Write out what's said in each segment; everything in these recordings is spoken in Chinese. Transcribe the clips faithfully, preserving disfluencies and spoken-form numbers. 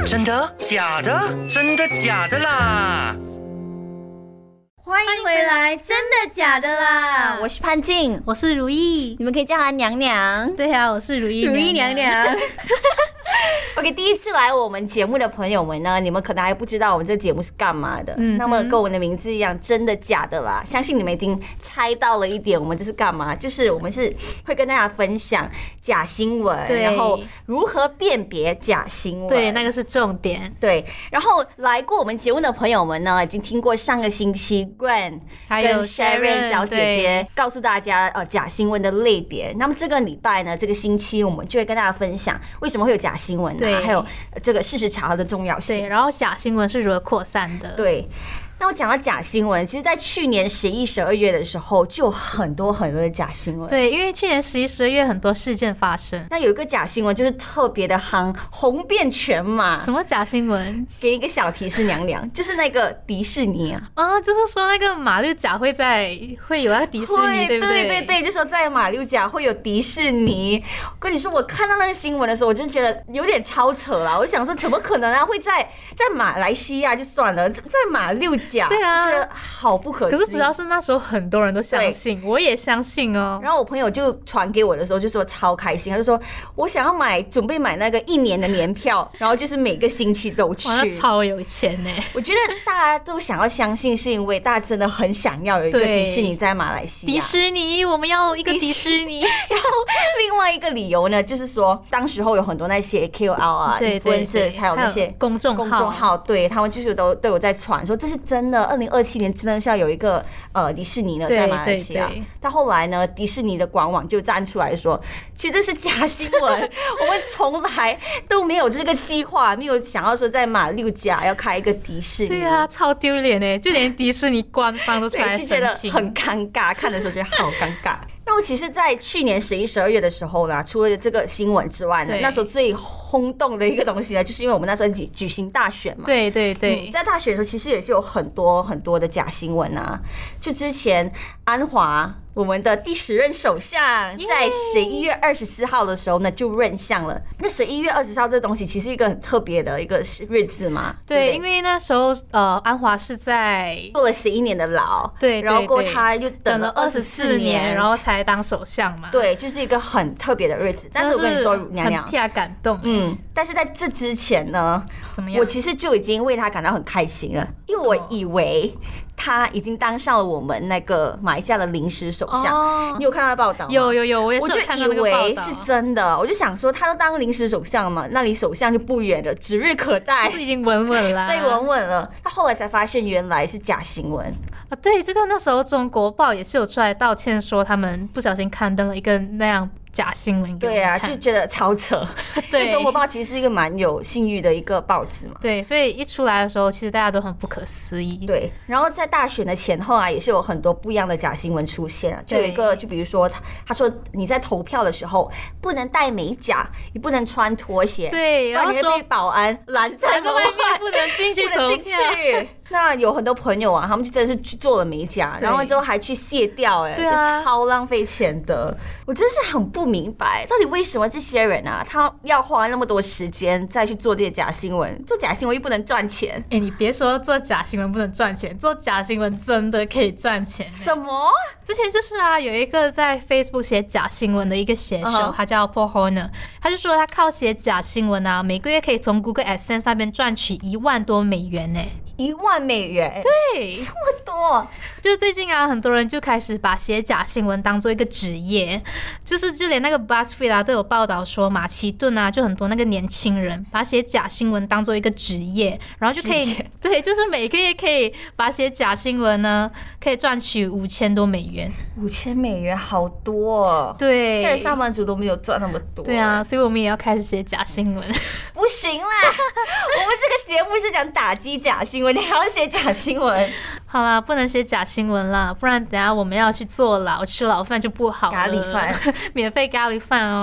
真的假的？真的假的啦！ 欢迎回来，真的假的啦？ 我是潘静， 我是如意， 你们可以叫她娘娘。 对啊，我是如意如意娘娘。OK， 第一次来我们节目的朋友们呢，你们可能还不知道我们这个节目是干嘛的。嗯，那么跟我们的名字一样，真的假的啦？相信你们已经猜到了一点，我们这是干嘛？就是我们是会跟大家分享假新闻，然后如何辨别假新闻。 对，那个是重点。 对，然后来过我们节目的朋友们呢，已经听过上个星期 Gwen 跟 Sharon 小姐姐告诉大家呃假新闻的类别。那么这个礼拜呢，这个星期我们就会跟大家分享为什么会有假新闻。对，还有这个事实查核的重要性。 对，然后假新闻是如何扩散的。 对。那我讲到假新闻，其实在去年十一、十二月的时候，就有很多很多的假新闻。 对，因为去年十一、十二月很多事件发生。 那有一个假新闻就是特别的夯，红遍全马。 什么假新闻？ 给一个小提示，娘娘，就是那个迪士尼啊。 啊，就是说那个马六甲会在会有那迪士尼，对不对？ 对对对，就说在马六甲会有迪士尼。我跟你说，我看到那个新闻的时候，我就觉得有点超扯了。我想说，怎么可能啊？会在在马来西亚就算了，在马六甲。 对啊， 觉得好不可思议。 可是主要是那时候很多人都相信，我也相信哦。 然后我朋友就传给我的时候，就说超开心，他就说我想要买，准备买那个一年的年票，然后就是每个星期都去。 哇，那超有钱呢！ 我觉得大家都想要相信，是因为大家真的很想要有一个迪士尼在马来西亚。 迪士尼，我们要一个迪士尼。 然后另外一个理由呢，就是说当时候有很多那些 K O L 啊、influencer， 还有那些公众号， 公众号，对他们就是都都有在传说这是真的。二零二七年真的是要有一个呃迪士尼呢在马来西亚。但后来呢，迪士尼的官网就站出来说，其实这是假新闻，我们从来都没有这个计划，没有想要说在马六甲要开一个迪士尼。 对啊，超丢脸哎，就连迪士尼官方都出来澄清， 就觉得很尴尬，看的时候觉得好尴尬。那我其实，在去年十一、十二月的时候呢，除了这个新闻之外呢，那时候最轰动的一个东西呢，就是因为我们那时候举举行大选嘛。 对对对、 嗯，在大选的时候，其实也是有很多很多的假新闻啊。就之前安华，我们的第十任首相，在十一月二十四号的时候呢，就任相了。那十一月二十四号这东西，其实一个很特别的一个日子嘛。 对，对对，因为那时候呃，安华是在坐了十一年的牢， 对， 然后过他又等了二十四年， 然后才当首相嘛。 对，就是一个很特别的日子。但是我跟你说，娘娘很替他感动。 嗯，但是在这之前呢， 怎么样？ 我其实就已经为他感到很开心了，因为我以为他已经当上了我们那个马来西亚的临时首相。哦、你有看到报道吗？ 有有有，我也是有看到那个报道。 我就以为是真的，我就想说，他都当临时首相了嘛，那离首相就不远了，指日可待， 就是已经稳稳了。 对，稳稳了。他后来才发现，原来是假新闻啊！对，这个那时候中国报也是有出来道歉，说他们不小心刊登了一个那样假新闻。 对啊，就觉得超扯。对，因为中国报其实是一个蛮有信誉的一个报纸嘛。 对，所以一出来的时候，其实大家都很不可思议。 对，然后在大选的前后啊，也是有很多不一样的假新闻出现啊。就有一个，就比如说他他说你在投票的时候不能戴美甲，你不能穿拖鞋， 对，然后说被保安拦在门外， 不能进去投票。 那有很多朋友啊，他们就真的是去做了美甲，然后之后还去卸掉、欸，哎、啊，就超浪费钱的。我真是很不明白，到底为什么这些人啊，他要花那么多时间再去做这些假新闻？做假新闻又不能赚钱。 哎、欸，你别说做假新闻不能赚钱，做假新闻真的可以赚钱、欸。 什么？ 之前就是啊，有一个在 Facebook 写假新闻的一个写手， uh-huh. 他叫 Paul Horner， 他就说他靠写假新闻啊，每个月可以从 Google AdSense 那边赚取一万多美元呢、欸。 一万美元， 对， 这么多。 就是最近啊，很多人就开始把写假新闻当做一个职业，就是就连那个 BuzzFeed 啊都有报道说，马其顿啊就很多那个年轻人把写假新闻当做一个职业，然后就可以对，就是每个月可以把写假新闻呢可以赚取五千多美元。 五千美元好多哦。 对， 现在上班族都没有赚那么多。 对啊，所以我们也要开始写假新闻。 不行啦，我们这个节目是讲打击假新闻，你还要写假新闻？ 好啦，不能写假新闻啦，不然等一下我们要去坐牢，吃牢饭就不好了。 咖喱饭， 免费咖喱饭哦。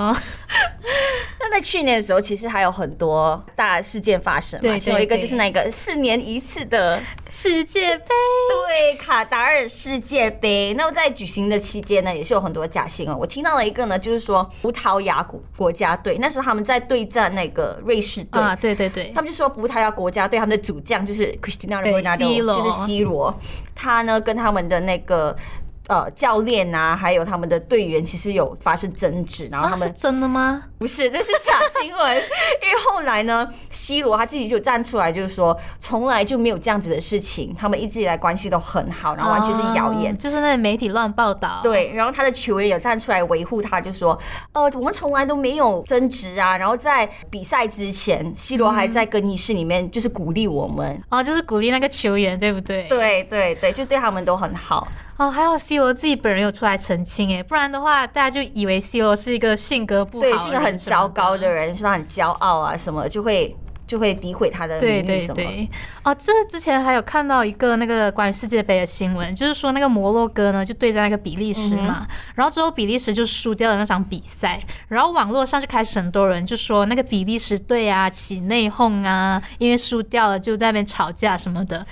那在去年的时候，其实还有很多大事件发生嘛， 对对对， 其中一个就是那个四年一次的世界杯， 对，卡达尔世界杯。那么在举行的期间呢，也是有很多假新闻。我听到了一个呢，就是说葡萄牙国国家队，那时候他们在对战那个瑞士队啊，对对对， 他们就说葡萄牙国家队他们的主将就是 Cristiano Ronaldo， 就是 C 罗，他呢跟他们的那个。呃，教练啊，还有他们的队员，其实有发生争执，然后他们、 啊、是真的吗？ 不是，这是假新闻。因为后来呢 ，C 罗他自己就站出来，就是说从来就没有这样子的事情，他们一直以来关系都很好，然后完全是谣言、 哦，就是那媒体乱报道。 对，然后他的球员有站出来维护他，就说呃，我们从来都没有争执啊。然后在比赛之前 ，C 罗还在更衣室里面就是鼓励我们， 哦，就是鼓励那个球员，对不对？ 对对对，就对他们都很好。 哦，还有 C 罗自己本人有出来澄清哎，不然的话大家就以为 C 罗是一个性格不好的人， 对，性格很糟糕的人，说他很骄傲啊什么，就会就会诋毁他的名誉什么。 对对对，哦，这之前还有看到一个那个关于世界杯的新闻，就是说那个摩洛哥呢就对战那个比利时嘛，嗯、然后之后比利时就输掉了那场比赛，然后网络上就开始很多人就说那个比利时队啊起内讧啊，因为输掉了就在那边吵架什么的。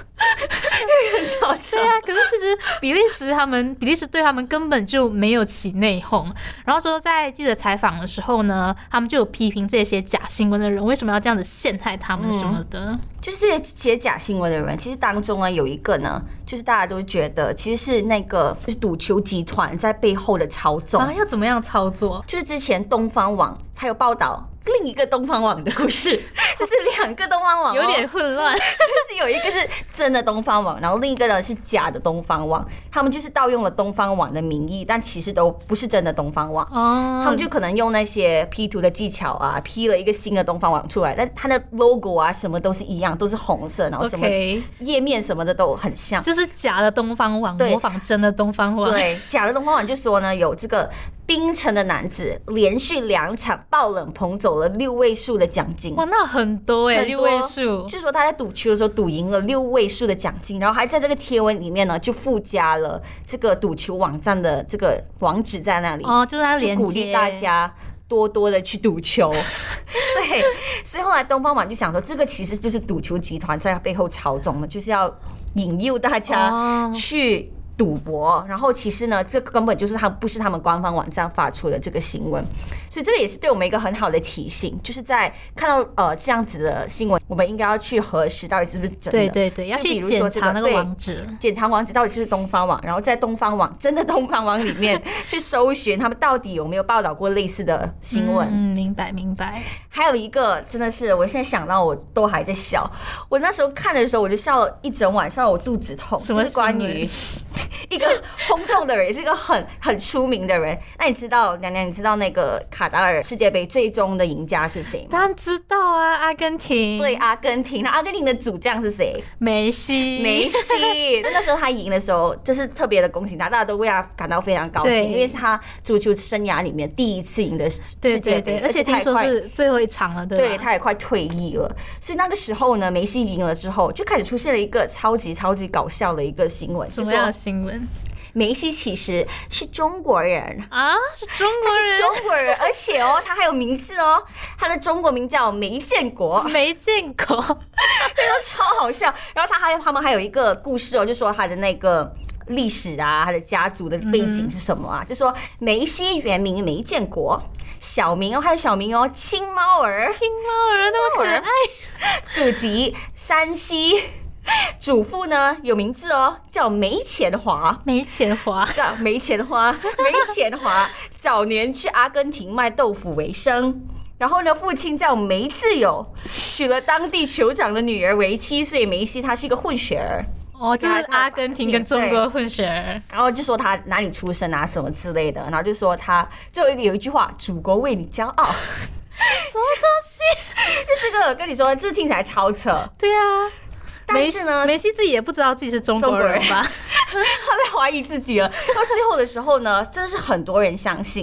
对啊，可是其实比利时他们比利时队他们根本就没有起内讧，然后之后在记者采访的时候呢，他们就有批评这些假新闻的人为什么要这样子陷害他们什么的。嗯、 就是这些写假新闻的人，其实当中呢有一个呢，就是大家都觉得其实是那个就是赌球集团在背后的操纵啊，要怎么样操作？ 就是之前东方网还有报道。另一个东方网的故事，就是两个东方网、哦， 有点混乱。 就是有一个是真的东方网，然后另一个呢是假的东方网。他们就是盗用了东方网的名义，但其实都不是真的东方网。哦，他们就可能用那些 P 图的技巧啊，P 了一个新的东方网出来，但它的 logo 啊什么都是一样，都是红色，然后什么页面什么的都很像， okay, 就是假的东方网模仿真的东方网。 对，假的东方网就说呢有这个。槟城的男子连续两场爆冷捧走了六位数的奖金， 哇，那很多哎、欸，六位数。 据说他在赌球的时候赌赢了六位数的奖金，然后还在这个贴文里面呢，就附加了这个赌球网站的这个网址在那里， 哦，就是他连接， 就鼓励大家多多的去赌球。对，所以后来东方网就想说，这个其实就是赌球集团在背后操纵的，就是要引诱大家去。赌博，然后其实呢，这根本就是他不是他们官方网站发出的这个新闻，所以这个也是对我们一个很好的提醒，就是在看到呃这样子的新闻，我们应该要去核实到底是不是真的。 对对对，要去检查那个网址， 检查网址到底是不是东方网，然后在东方网真的东方网里面去搜寻他们到底有没有报道过类似的新闻。 嗯，明白明白。 还有一个真的是，我现在想到我都还在笑，我那时候看的时候我就笑了一整晚，笑到我肚子痛。 什么？ 就是关于一个轰动的人，也是一个很很出名的人。那你知道，娘娘，你知道那个卡达尔世界杯最终的赢家是谁吗？ 当然知道啊，阿根廷。 对，阿根廷。那阿根廷的主将是谁？ 梅西。 梅西。那时候他赢的时候，这是特别的恭喜他，大家都为他感到非常高兴，因为是他足球生涯里面第一次赢的世界杯， 对对对，而且听说是最后一场了，对吧？ 对，他也快退役了。所以那个时候呢，梅西赢了之后，就开始出现了一个超级超级搞笑的一个新闻。 什么样的新闻？ 梅西其实是中国人啊，是中国人， 是中国人，而且哦，他还有名字哦，他的中国名叫梅建国， 梅建国， 超好笑。然后他还他们还有一个故事哦，就说他的那个历史啊，他的家族的背景是什么啊？嗯、就说梅西原名梅建国，小名哦，还有小名哦，青猫儿， 青猫儿那么可爱， 祖籍山西。祖父呢有名字哦，叫梅前华。 梅前华， 叫梅前华，梅前华早年去阿根廷卖豆腐为生。然后呢，父亲叫梅自由，娶了当地酋长的女儿为妻，所以梅西他是一个混血儿。 哦，就是阿根廷跟中国混血儿。 然后就说他哪里出生啊，什么之类的。然后就说他最后一个有一句话：“祖国为你骄傲。” 什么东西？ 就这个跟你说，这听起来超扯。 对啊。 但是呢， 梅西自己也不知道自己是中国人吧？ 他在怀疑自己了。到最后的时候呢，真的是很多人相信、欸，哎，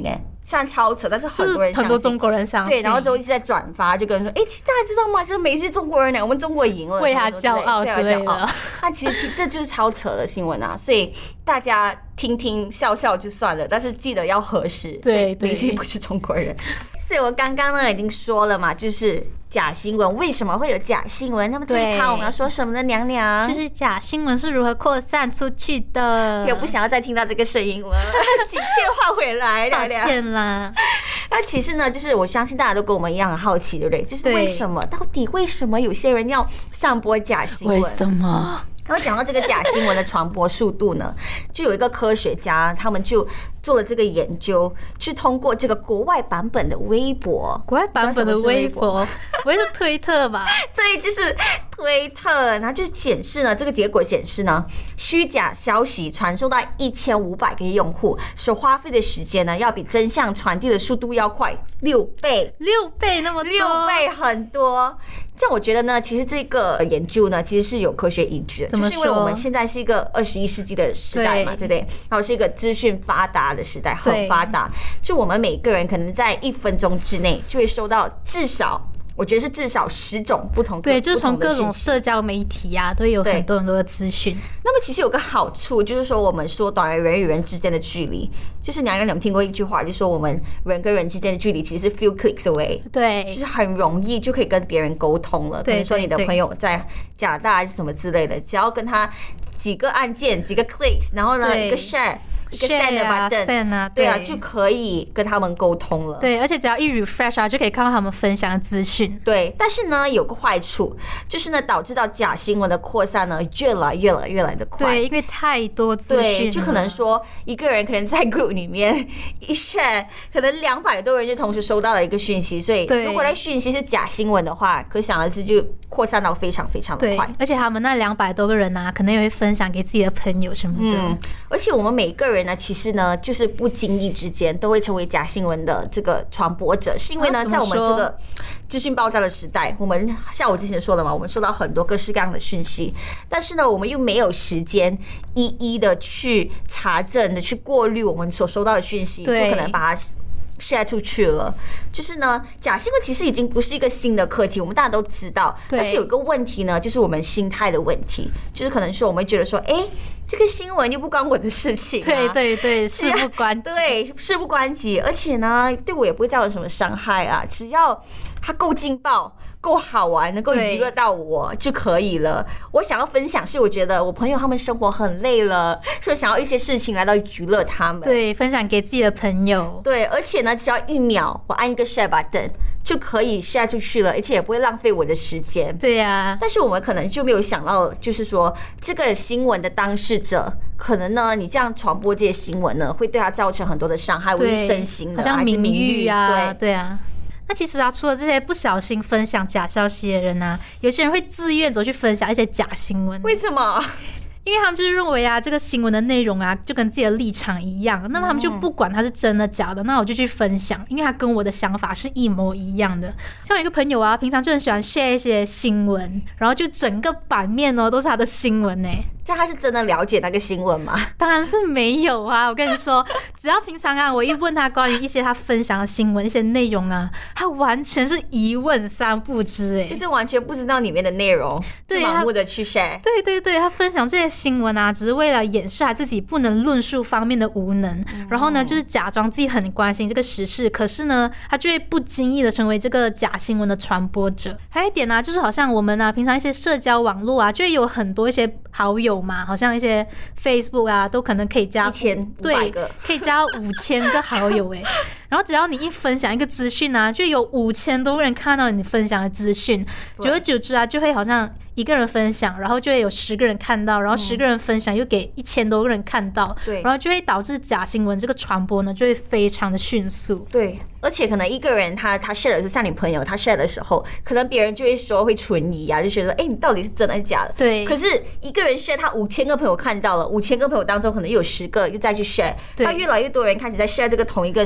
虽然超扯，但是很多人相信， 就是很多中国人相信， 对，然后都一直在转发，就跟人说，哎、欸，大家知道吗？这梅西是中国人呢，我们中国赢了， 为他骄傲之类的。 那其实这就是超扯的新闻啊，所以大家听听笑笑就算了，但是记得要核实， 对对， 梅西不是中国人。所以我刚刚呢已经说了嘛，就是假新闻为什么会有假新闻？那么这一趴我们要说什么呢？娘娘， 就是假新闻是如何扩散出去的。 我不想要再听到这个声音了，请切换回来。 抱歉啦。 那其实呢，就是我相信大家都跟我们一样很好奇，对不对？就是为什么？到底为什么有些人要上播假新闻？ 为什么？ 然后讲到这个假新闻的传播速度呢，就有一个科学家，他们就做了这个研究，去通过这个国外版本的微博， 国外版本的微博，不会是推特吧？ 对，就是推特，然后就显示呢，这个结果显示呢，虚假消息传送到一千五百个用户，所花费的时间呢，要比真相传递的速度要快六倍， 六倍那么多， 六倍很多。这样我觉得呢，其实这个研究呢，其实是有科学依据的，就是因为我们现在是一个二十一世纪的时代嘛， 对, 对不对？然后是一个资讯发达的时代，很发达，就我们每个人可能在一分钟之内就会收到至少。我觉得是至少十种不同的， 对，就是从各种社交媒体啊，都有很多很多的资讯。 那么其实有个好处，就是说我们缩短了人与人之间的距离。就是娘娘，你们听过一句话，就是说我们人跟人之间的距离其实是 few clicks away， 对， 就是很容易就可以跟别人沟通了。比如说你的朋友在加拿大还是什么之类的，只要跟他几个按键、几个 clicks， 然后呢一个 share。一个 send 的 button， 啊， 对啊，就可以跟他们沟通了。 对，而且只要一 refresh 啊，就可以看到他们分享的资讯。 对，但是呢，有个坏处，就是呢，导致到假新闻的扩散呢，越来越来越来的快。 对，因为太多资讯， 对，就可能说一个人可能在 group 里面一 share， 可能两百多人就同时收到了一个讯息，所以如果那讯息是假新闻的话，可想而知就扩散到非常非常的快。 而且他们那两百多个人啊，可能也会分享给自己的朋友什么的。 嗯，而且我们每个人。其实呢，就是不经意之间都会成为假新闻的这个传播者，是因为呢，在我们这个资讯爆炸的时代，我们像我之前说的嘛，我们收到很多各式各样的讯息，但是呢，我们又没有时间一一的去查证的去过滤我们所收到的讯息，就可能把它share 出去了。就是呢，假新闻其实已经不是一个新的课题，我们大家都知道。但是有一个问题呢，就是我们心态的问题，就是可能说我们觉得说，哎、欸，这个新闻又不关我的事情、啊。 对对对，事不关己。 对，事不关己，而且呢，对我也不会造成什么伤害啊，只要它够劲爆。够好玩，能够娱乐到我就可以了。我想要分享，是我觉得我朋友他们生活很累了，所以想要一些事情来到娱乐他们。 对，分享给自己的朋友。 对，而且呢，只要一秒，我按一个 share button 就可以 share 出去了，而且也不会浪费我的时间。 对呀、啊， 但是我们可能就没有想到，就是说这个新闻的当事者，可能呢，你这样传播这些新闻呢，会对他造成很多的伤害，无论是身心的， 好像名誉啊， 对对啊。那其实啊，除了这些不小心分享假消息的人啊，有些人会自愿走去分享一些假新闻。 为什么？ 因为他们就是认为啊，这个新闻的内容啊，就跟自己的立场一样，那么他们就不管它是真的假的，那我就去分享，因为它跟我的想法是一模一样的。像有一个朋友啊，平常就很喜欢 share 一些新闻，然后就整个版面哦都是他的新闻呢。 这他是真的了解那个新闻吗？ 当然是没有啊！我跟你说，只要平常啊，我一问他关于一些他分享的新闻、一些内容啊，他完全是一问三不知，哎， 就是完全不知道里面的内容，就盲目的去 share。 对对对，他分享这些新闻啊，只是为了掩饰他自己不能论述方面的无能，然后呢，就是假装自己很关心这个时事，可是呢，他就会不经意的成为这个假新闻的传播者。还有一点呢、啊，就是好像我们啊，平常一些社交网络啊，就会有很多一些好友嘛，好像一些 Facebook 啊，都可能可以加一千五百个， 可以加五千个好友哎。然后只要你一分享一个资讯啊，就有五千多人看到你分享的资讯，久而久之啊，就会好像一个人分享，然后就会有十个人看到，然后十个人分享又给一千多个人看到，对，然后就会导致假新闻这个传播呢，就会非常的迅速。 对，而且可能一个人他他 share 的时候，像你朋友他 share 的时候，可能别人就会说会存疑啊，就觉得哎、欸，你到底是真的还是假的？ 对。 可是一个人 share， 他五千个朋友看到了，五千个朋友当中可能有十个又再去 share， 他越来越多人开始在 share 这个同一个事情的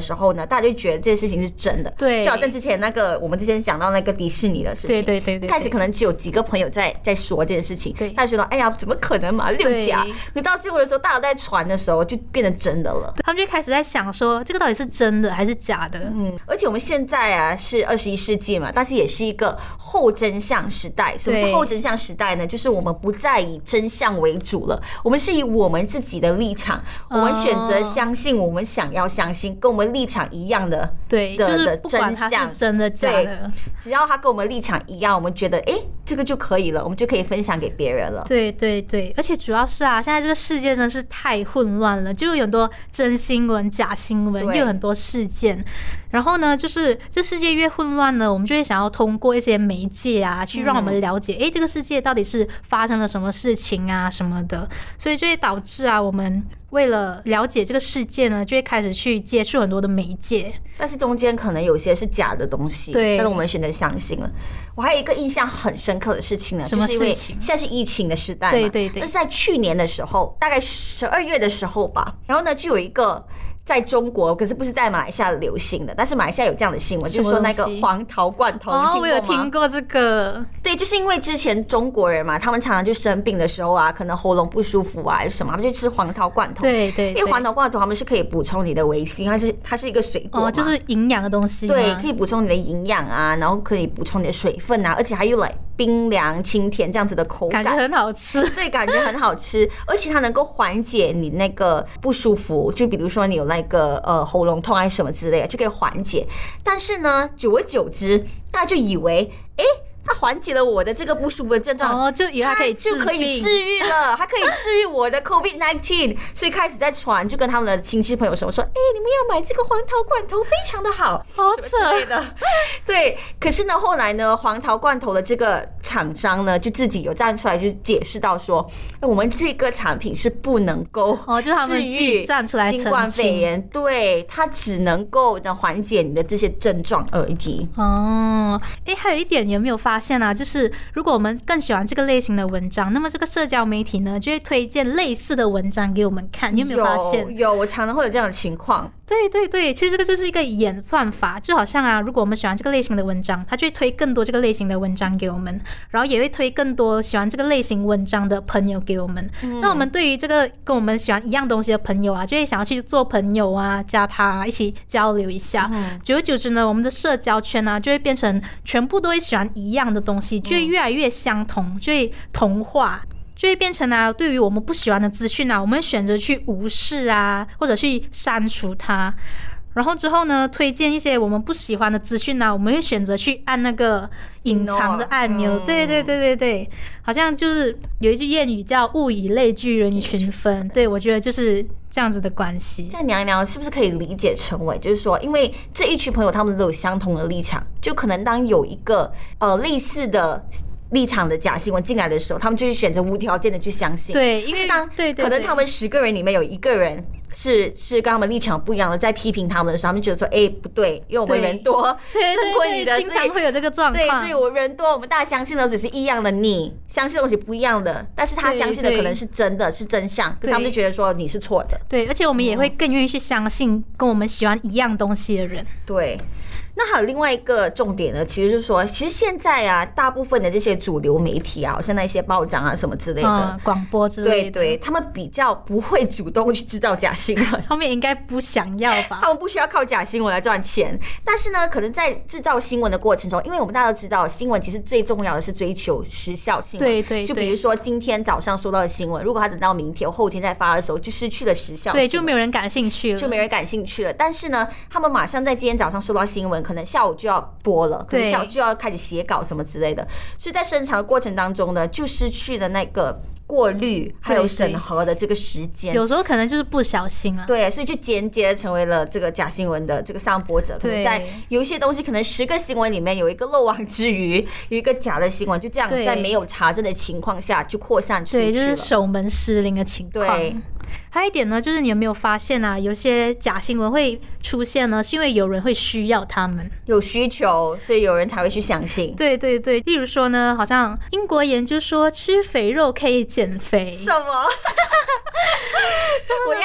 时候呢，大家就觉得这件事情是真的。 对， 就好像之前那个我们之前讲到那个迪士尼的事情， 对对对 对, 对， 开始可能只有几个朋友在在说这件事情， 对， 大家觉得哎呀怎么可能嘛，六甲，可到最后的时候，大家在传的时候就变成真的了， 他们就开始在想说这个到底是真的还是假的。 嗯，而且我们现在啊是二十一世纪嘛，但是也是一个后真相时代。什么是后真相时代呢？就是我们不再以真相为主了，我们是以我们自己的立场，我们选择相信我们想要相信跟我们立场一样的， 对， 的就是不管它是真的假的， 只要它跟我们立场一样，我们觉得哎这个就可以了，我们就可以分享给别人了。 对对对，而且主要是啊，现在这个世界真是太混乱了，就有很多真新闻、假新闻，又有很多事件。然后呢，就是这世界越混乱呢，我们就会想要通过一些媒介啊，去让我们了解，哎、嗯，这个世界到底是发生了什么事情啊什么的，所以就会导致啊，我们为了了解这个世界呢，就会开始去接触很多的媒介， 但是中间可能有些是假的东西， 对， 但是我们选择相信了。我还有一个印象很深刻的事情呢， 什么事情？ 就是因为现在是疫情的时代嘛， 对对对， 那是在去年的时候，大概十二月的时候吧，然后呢，就有一个。在中国，可是不是在马来西亚流行的，但是马来西亚有这样的新闻，就是说那个黄桃罐头， 哦，我有听过这个。 对，就是因为之前中国人嘛，他们常常就生病的时候啊，可能喉咙不舒服啊，还是什么，他们就吃黄桃罐头。 对 对, 对， 因为黄桃罐头他们是可以补充你的维 C， 它是它是一个水果嘛， 哦，就是营养的东西。 对，可以补充你的营养啊，然后可以补充你的水分啊，而且还有来冰凉清甜这样子的口感， 感觉很好吃。 对，感觉很好吃，而且它能够缓解你那个不舒服，就比如说你有那个呃。喉咙痛还是什么之类的，就可以缓解。但是呢，久而久之，大家就以为，哎、欸。它缓解了我的这个不舒服的症状， 哦，就以为它可以治病， 就可以治愈了，它可以治愈我的 COVID 十九， 所以开始在传，就跟他们的亲戚朋友说说，哎、欸，你们要买这个黄桃罐头，非常的好， 好扯之类的。对，可是呢，后来呢，黄桃罐头的这个厂商呢，就自己有站出来就解释到说，我们这个产品是不能够哦，就他们自己站出来新冠肺炎，对，它只能够呢缓解你的这些症状而已。 哦，哎、欸，还有一点，你有没有发现啊？就是如果我们更喜欢这个类型的文章，那么这个社交媒体呢，就会推荐类似的文章给我们看。你有没有发现？ 有，有，我常常会有这样的情况。 对对对，其实这个就是一个演算法，就好像啊，如果我们喜欢这个类型的文章，它就会推更多这个类型的文章给我们，然后也会推更多喜欢这个类型文章的朋友给我们。嗯、那我们对于这个跟我们喜欢一样东西的朋友啊，就会想要去做朋友啊，加他、啊、一起交流一下。嗯、久而久之呢，我们的社交圈啊，就会变成全部都会喜欢一样的东西，就会越来越相同，就会同化。就会变成啊，对于我们不喜欢的资讯啊，我们选择去无视啊，或者去删除它。然后之后呢，推荐一些我们不喜欢的资讯啊，我们会选择去按那个隐藏的按钮。嗯、对对对对对，好像就是有一句谚语叫“物以类聚，人以群分”。对，我觉得就是这样子的关系。 这样聊一聊，是不是可以理解成为，就是说，因为这一群朋友他们都有相同的立场，就可能当有一个呃类似的立场的假新闻进来的时候，他们就会选择无条件的去相信。 对，因为当对对可能他们十个人里面有一个人是是跟他们立场不一样的，在批评他们的时候，他们觉得说，哎、欸，不对，因为我们人多胜过你的， 经常会有这个状况。 对，所以我人多，我们大家相信的东西是一样的，你相信的东西不一样的，但是他相信的可能是真的，是真相，可是他们就觉得说你是错的。 对，而且我们也会更愿意去相信跟我们喜欢一样东西的人。 对。那还有另外一个重点呢，其实就是说，其实现在啊，大部分的这些主流媒体啊，好像那些报章啊什么之类的， 广、嗯、播之类的， 对对，他们比较不会主动去制造假新闻， 他们应该不想要吧？ 他们不需要靠假新闻来赚钱，但是呢，可能在制造新闻的过程中，因为我们大家都知道，新闻其实最重要的是追求时效性， 对 对, 对， 就比如说今天早上收到的新闻，如果他等到明天或后天再发的时候，就失去了时效性， 对，就没有人感兴趣了， 就没人感兴趣了。但是呢，他们马上在今天早上收到新闻，可能下午就要播了，可能下午就要开始写稿什么之类的，所以在生产的过程当中呢，就失去了那个过滤还有审核的这个时间， 有时候可能就是不小心啊， 对，所以就间接的成为了这个假新闻的这个上播者，可能在有一些东西，可能十个新闻里面有一个漏网之鱼，有一个假的新闻，就这样在没有查证的情况下就扩散出去了， 对，就是守门失灵的情况。对。还有一点呢，就是你有没有发现啊，有些假新闻会出现呢，是因为有人会需要他们，有需求，所以有人才会去相信。 对对对，例如说呢，好像英国研究说吃肥肉可以减肥， 什么？不要。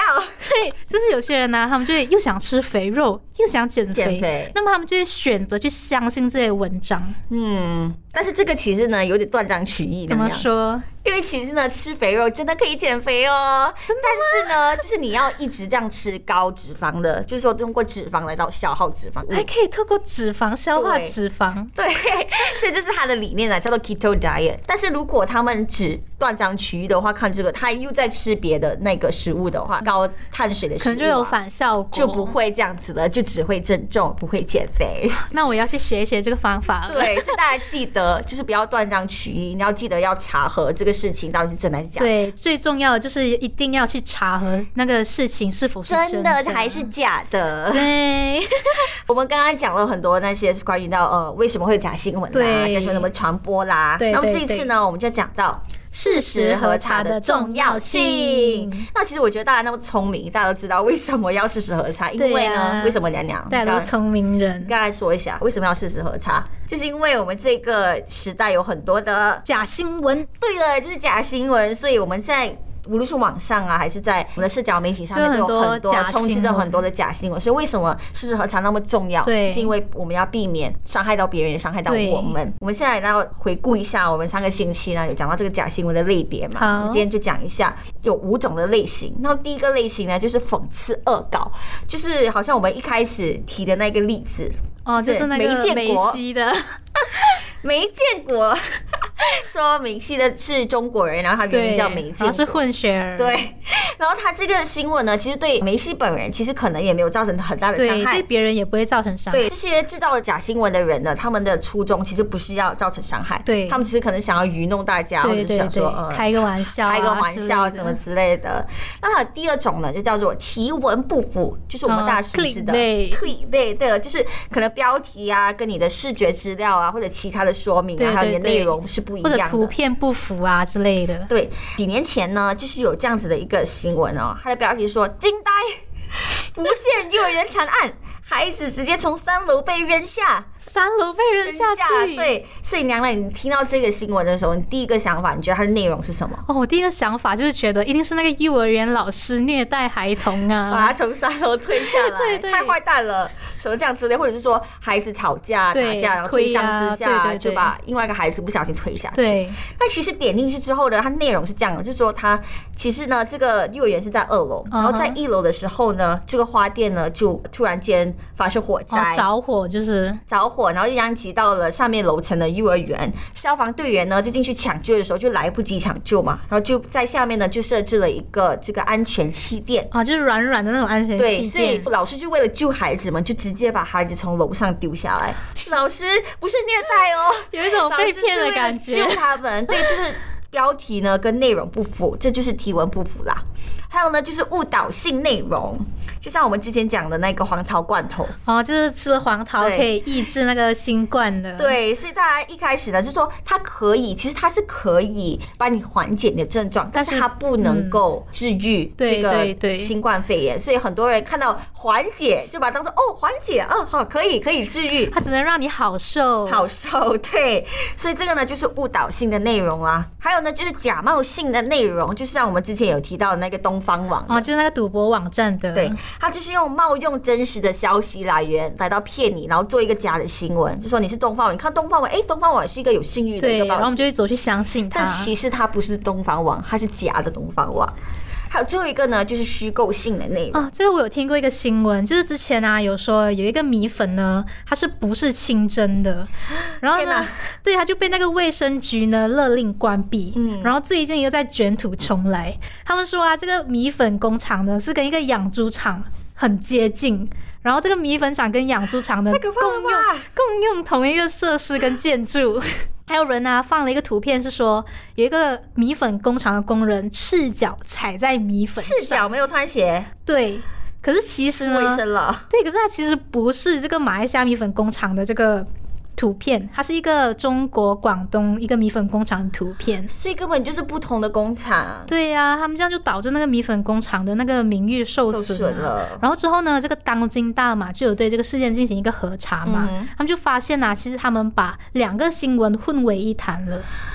对，就是有些人呢、啊，他们就会又想吃肥肉，又想减肥， 减肥那么他们就会选择去相信这些文章。 嗯，但是这个其实呢，有点断章取义。 怎么说？ 因为其实呢，吃肥肉真的可以减肥哦。 真的吗？ 但是呢，就是你要一直这样吃高脂肪的，就是说通过脂肪来到消耗脂肪， 还可以透过脂肪消化脂肪。 对，所以这是他的理念呢，叫做 keto diet。但是如果他们只断章取义的话，看这个，他又在吃别的那个食物的话，高碳水的食物、啊， 可能就有反效果， 就不会这样子的，就只会增重，不会减肥。 那我要去学一学这个方法了。 对，所以大家记得，就是不要断章取义，你要记得要查核这个事情到底是真的还是假的。 对，最重要的就是一定要去查核那个事情是否是真的，真的还是假的。 对， 我们刚刚讲了很多那些是关于到呃为什么会有假新闻啦，讲说什么传播啦。 对， 那么这一次呢，我们就讲到事实核查的重要性。那其实我觉得大家那么聪明，大家都知道为什么要事实核查，因为呢，啊、为什么娘娘？ 大家都是聪明人。 刚才说一下为什么要事实核查，就是因为我们这个时代有很多的假新闻。 对了，就是假新闻，所以我们现在。无论是网上啊，还是在我们的社交媒体上面，都有很多充斥着很多的假新闻。所以为什么事实核查那么重要？就是因为我们要避免伤害到别人，也伤害到我们。我们现在要回顾一下，我们上个星期呢有讲到这个假新闻的类别嘛？我们今天就讲一下有五种的类型。然后第一个类型呢，就是讽刺恶搞，就是好像我们一开始提的那个例子哦，就是那个梅西的。 没见过，说梅西的是中国人，然后他原名叫梅见国， 然后是混血儿。 对，然后他这个新闻呢，其实对梅西本人其实可能也没有造成很大的伤害， 对，对别人也不会造成伤害。 对，这些制造的假新闻的人呢，他们的初衷其实不是要造成伤害， 对， 他们其实可能想要愚弄大家，或者是想说呃开个玩笑、啊， 开个玩笑什么之类的。那还有第二种呢，就叫做题文不符，就是我们大家熟知的 clickbait， 对了，就是可能标题啊跟你的视觉资料啊或者其他的说明啊，对对对，还有你的内容是不一样的， 或者图片不符啊之类的。 对，几年前呢，就是有这样子的一个新闻哦，它的标题说惊呆，福建幼儿园惨案。孩子直接从三楼被扔下， 三楼被扔下去。 对，所以娘娘，你听到这个新闻的时候，你第一个想法，你觉得它的内容是什么？ 哦，我第一个想法就是觉得一定是那个幼儿园老师虐待孩童啊， 把他从三楼推下来，对对，太坏蛋了，什么这样之类，或者是说孩子吵架打架，然后推搡之下、啊、对对对就把另外一个孩子不小心推下去。 对， 那其实点进去之后呢，它内容是这样的，就是说它其实呢，这个幼儿园是在二楼，然后在一楼的时候呢，这个花店呢就突然间发生火灾。 哦、着火就是着火，然后就殃及到了上面楼层的幼儿园。消防队员呢就进去抢救的时候就来不及抢救嘛，然后就在下面呢就设置了一个这个安全气垫啊、哦，就是软软的那种安全气垫。 对，所以老师就为了救孩子们，就直接把孩子从楼上丢下来。老师不是虐待哦， 有一种被骗的感觉。 救他们，对，就是标题呢跟内容不符，这就是题文不符啦。还有呢，就是误导性内容，就像我们之前讲的那个黄桃罐头哦，就是吃了黄桃可以抑制那个新冠的。 对，所以大家一开始呢就说它可以，其实它是可以帮你缓解你的症状，但是它不能够治愈这个新冠肺炎。所以很多人看到缓解就把它当作哦缓解哦好可以可以治愈， 它只能让你好受好受。对，所以这个呢就是误导性的内容啦。还有呢就是假冒性的内容，就像我们之前有提到的那个东方网哦，就是那个赌博网站的。 对，他就是用冒用真实的消息来源来到骗你，然后做一个假的新闻，就说你是东方网，你看东方网，哎，东方网是一个有信誉的一个报纸， 对，然后我们就会走去相信它， 但其实它不是东方网，它是假的东方网。还有最后一个呢，就是虚构性的内容啊。这个我有听过一个新闻，就是之前啊有说有一个米粉呢，它是不是清真的，然后呢，对，它就被那个卫生局呢勒令关闭。嗯，然后最近又在卷土重来。他们说啊，这个米粉工厂呢是跟一个养猪场很接近。然后这个米粉厂跟养猪场呢共用共用同一个设施跟建筑。还有人啊放了一个图片，是说有一个米粉工厂的工人赤脚踩在米粉上， 赤脚没有穿鞋。 对，可是其实呢， 卫生了。 对，可是它其实不是这个马来西亚米粉工厂的这个图片，它是一个中国广东一个米粉工厂的图片， 所以根本就是不同的工厂。 对呀、啊，他们这样就导致那个米粉工厂的那个名誉受损了。然后之后呢，这个当今大马就有对这个事件进行一个核查嘛，嗯、他们就发现啊，其实他们把两个新闻混为一谈了。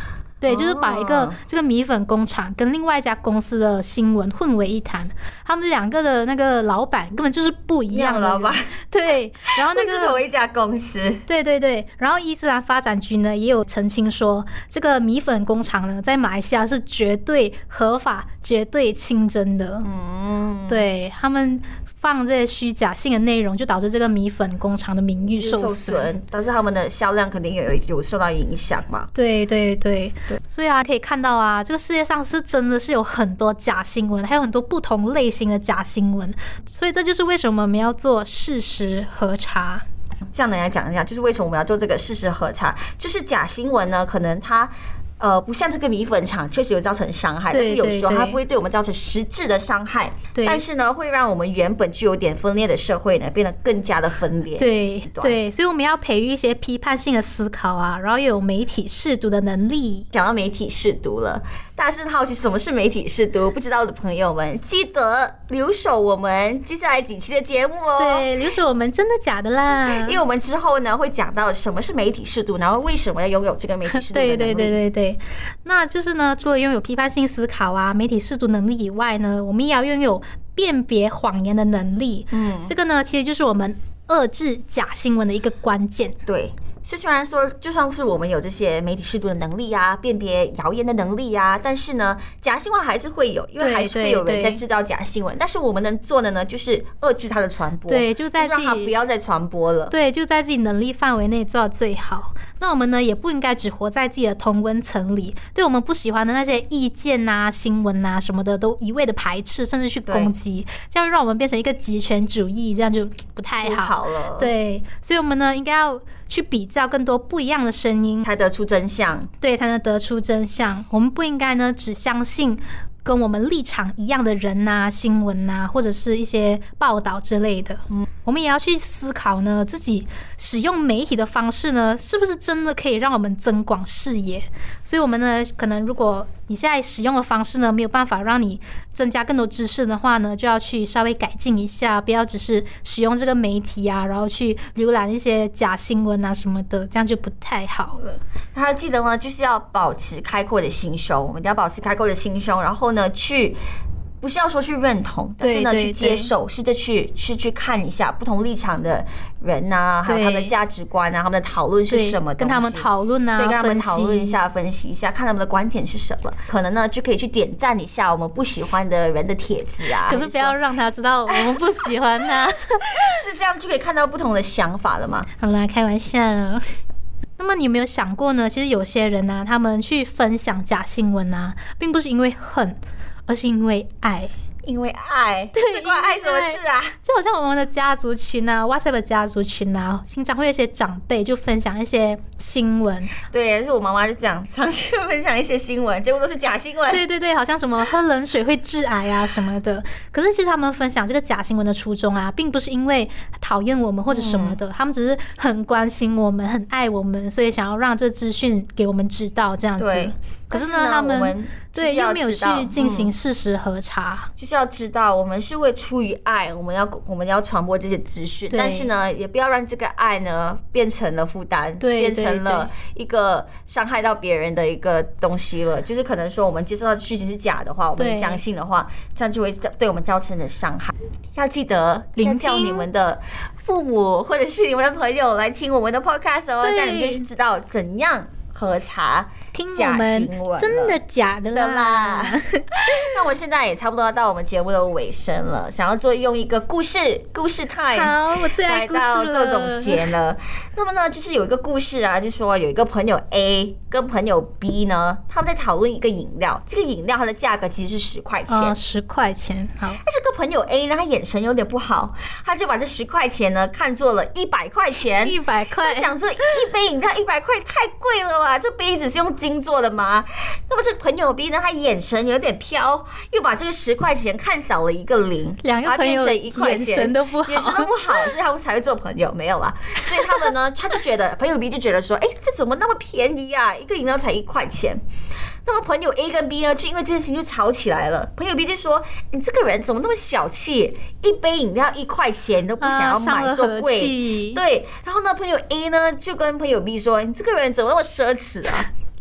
对，就是把一个这个米粉工厂跟另外一家公司的新闻混为一谈，他们两个的那个老板根本就是不一样的老板。 对，然后那个是同一家公司。 对对对，然后伊斯兰发展局呢也有澄清说，这个米粉工厂呢在马来西亚是绝对合法、绝对清真的。嗯，对他们。放这些虚假性的内容，就导致这个米粉工厂的名誉受损， 导致他们的销量肯定有有受到影响嘛。 对对对对，所以啊，可以看到啊，这个世界上是真的是有很多假新闻，还有很多不同类型的假新闻，所以这就是为什么我们要做事实核查。 这样来讲一下，就是为什么我们要做这个事实核查，就是假新闻呢，可能它。呃，不像这个米粉厂确实有造成伤害，但是有时候它不会对我们造成实质的伤害，但是呢，会让我们原本就有点分裂的社会呢，变得更加的分裂。 对对，所以我们要培育一些批判性的思考啊，然后又有媒体识读的能力。 讲到媒体识读了，大家是好奇什么是媒体识读，不知道的朋友们记得留守我们接下来几期的节目哦。 对，留守我们真的假的啦？ 因为我们之后呢会讲到什么是媒体识读，然后为什么要拥有这个媒体识读的能力。 对对对对对。那就是呢，除了拥有批判性思考啊、媒体识读能力以外呢，我们也要拥有辨别谎言的能力。嗯，这个呢，其实就是我们遏制假新闻的一个关键。 对。是虽然说，就算是我们有这些媒体识读的能力啊，辨别谣言的能力啊，但是呢，假新闻还是会有，因为还是会有人在制造假新闻。但是我们能做的呢，就是遏制它的传播， 对，就在自己就让它不要再传播了。 对，就在自己能力范围内做到最好。那我们呢，也不应该只活在自己的同温层里，对我们不喜欢的那些意见啊、新闻啊什么的，都一味的排斥，甚至去攻击，这样让我们变成一个极权主义，这样就不太好。 不好了。 对，所以我们呢，应该要去比较更多不一样的声音， 才得出真相。 对，才能得出真相。我们不应该呢只相信跟我们立场一样的人啊、新闻啊，或者是一些报道之类的。嗯，我们也要去思考呢，自己使用媒体的方式呢，是不是真的可以让我们增广视野？所以，我们呢，可能如果你现在使用的方式呢，没有办法让你增加更多知识的话呢，就要去稍微改进一下，不要只是使用这个媒体啊，然后去浏览一些假新闻啊什么的，这样就不太好了。 然后记得呢，就是要保持开阔的心胸，我们一定要保持开阔的心胸，然后呢，去。不是要说去认同，但是呢，去接受，试着去去去看一下不同立场的人呐、啊，还有他们的价值观啊，他们的讨论是什么东西， 跟他们讨论啊， 对，跟他们讨论一下，分析一下，看他们的观点是什么。可能呢，就可以去点赞一下我们不喜欢的人的帖子啊。 可是不要让他知道我们不喜欢他， 是这样就可以看到不同的想法了吗？ 好啦，开玩笑。那么你有没有想过呢？其实有些人啊，他们去分享假新闻啊，并不是因为恨。而是因为爱， 因为爱， 对， 这关爱什么事啊？ 就好像我们的家族群啊 ，WhatsApp 的家族群啊，经常会有一些长辈就分享一些新闻。 对，但是我妈妈就这样，长期分享一些新闻，结果都是假新闻。 对对对，好像什么喝冷水会致癌啊什么的。可是其实他们分享这个假新闻的初衷啊，并不是因为讨厌我们或者什么的，嗯、他们只是很关心我们，很爱我们，所以想要让这资讯给我们知道这样子。 对。 可是呢，他们对又没有去进行事实核查、 嗯，就是要知道我们是为出于爱，我们要我们要传播这些资讯，但是呢，也不要让这个爱呢变成了负担，变成了一个伤害到别人的一个东西了。就是可能说我们接受到的事情是假的话，我们相信的话，这样就会对我们造成的伤害。要记得要叫你们的父母或者是你们的朋友来听我们的 podcast 哦，这样你就知道怎样核查。 听我们真的假的啦？ 那我现在也差不多要到我们节目的尾声了，想要做用一个故事故事 time， 好，我最爱故事了， 做总结了。那么呢，就是有一个故事啊，就说有一个朋友 A 跟朋友 B 呢，他们在讨论一个饮料，这个饮料它的价格其实是十块钱， 哦，十块钱。好， 但是个朋友 A 呢，他眼神有点不好，他就把这十块钱呢看作了一百块钱， 一百块， 想说一杯饮料一百块太贵了吧？这杯子是用金做的吗？那么这个朋友 B 呢，他眼神有点飘，又把这个十块钱看少了一个零， 两个朋友眼神都不好， 眼神都不好，所以他们才会做朋友，没有啦。所以他们呢，他就觉得朋友 B 就觉得说，哎、欸，这怎么那么便宜啊？一个饮料才一块钱。那么朋友 A 跟 B 呢，就因为这件事情就吵起来了。朋友 B 就说：“你这个人怎么那么小气？一杯饮料一块钱你都不想要买，说贵。啊”对。然后呢，朋友 A 呢就跟朋友 B 说：“你这个人怎么那么奢侈啊？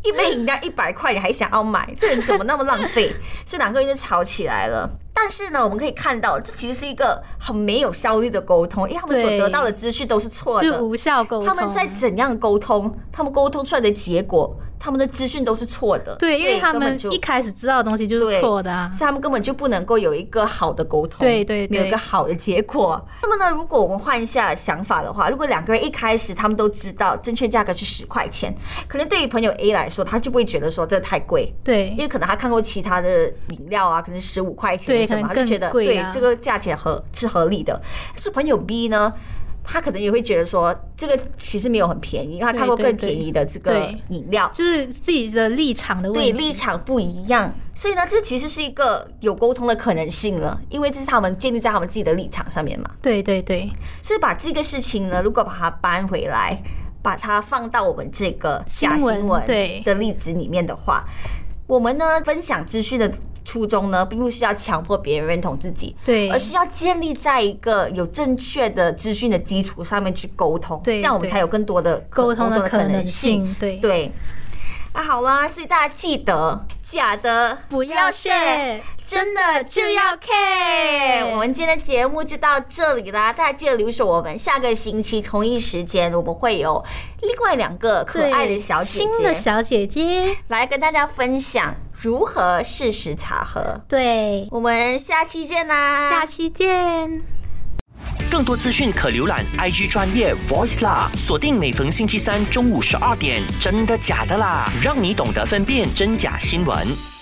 一杯饮料一百块，你还想要买，这人怎么那么浪费？所以两个人就吵起来了。但是呢，我们可以看到，这其实是一个很没有效率的沟通，因为他们所得到的资讯都是错的， 就无效沟通。 他们在怎样沟通，他们沟通出来的结果，他们的资讯都是错的。 对，因为他们一开始知道的东西就是错的啊， 所以他们根本就不能够有一个好的沟通， 对对对， 有一个好的结果。那么呢，如果我们换一下想法的话，如果两个人一开始他们都知道正确价格是十块钱，可能对于朋友 A 来说，他就不会觉得说这太贵， 对， 因为可能他看过其他的饮料啊，可能十五块钱的什么，他就觉得对这个价钱合是合理的。但是朋友 B 呢？他可能也会觉得说，这个其实没有很便宜，因为他看过更便宜的这个饮料， 就是自己的立场的问题， 对，立场不一样，所以呢，这其实是一个有沟通的可能性了，因为这是他们建立在他们自己的立场上面嘛。 对对对， 所以把这个事情呢，如果把它搬回来，把它放到我们这个假新闻的例子里面的话，我们呢分享资讯的初衷呢，并不是要强迫别人认同自己， 对， 而是要建立在一个有正确的资讯的基础上面去沟通， 对， 这样我们才有更多的沟通的可能性。对对。啊，好啦，所以大家记得，假的不要 share， 真的就要 care。我们今天的节目就到这里啦，大家记得留守我们下个星期同一时间，我们会有另外两个可爱的小姐姐， 新的小姐姐来跟大家分享如何事实查核。 对， 我们下期见啦， 下期见。 更多资讯可浏览 I G 专业 Voice 啦，锁定每逢星期三中午十二点，真的假的啦，让你懂得分辨真假新闻。